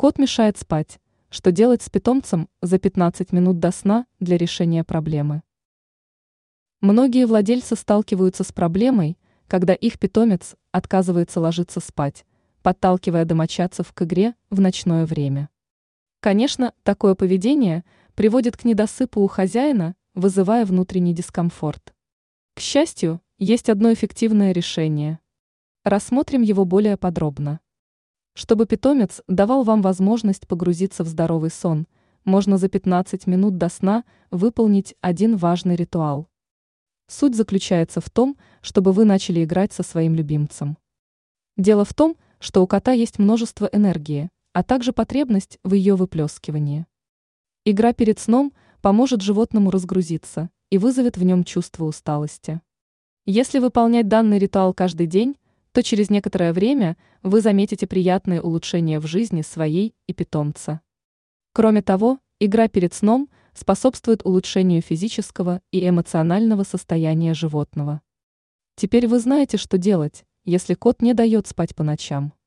Кот мешает спать. Что делать с питомцем за 15 минут до сна для решения проблемы? Многие владельцы сталкиваются с проблемой, когда их питомец отказывается ложиться спать, подталкивая домочадцев к игре в ночное время. Конечно, такое поведение приводит к недосыпу у хозяина, вызывая внутренний дискомфорт. К счастью, есть одно эффективное решение. Рассмотрим его более подробно. Чтобы питомец давал вам возможность погрузиться в здоровый сон, можно за 15 минут до сна выполнить один важный ритуал. Суть заключается в том, чтобы вы начали играть со своим любимцем. Дело в том, что у кота есть множество энергии, а также потребность в ее выплескивании. Игра перед сном поможет животному разгрузиться и вызовет в нем чувство усталости. Если выполнять данный ритуал каждый день, то через некоторое время вы заметите приятные улучшения в жизни своей и питомца. Кроме того, игра перед сном способствует улучшению физического и эмоционального состояния животного. Теперь вы знаете, что делать, если кот не дает спать по ночам.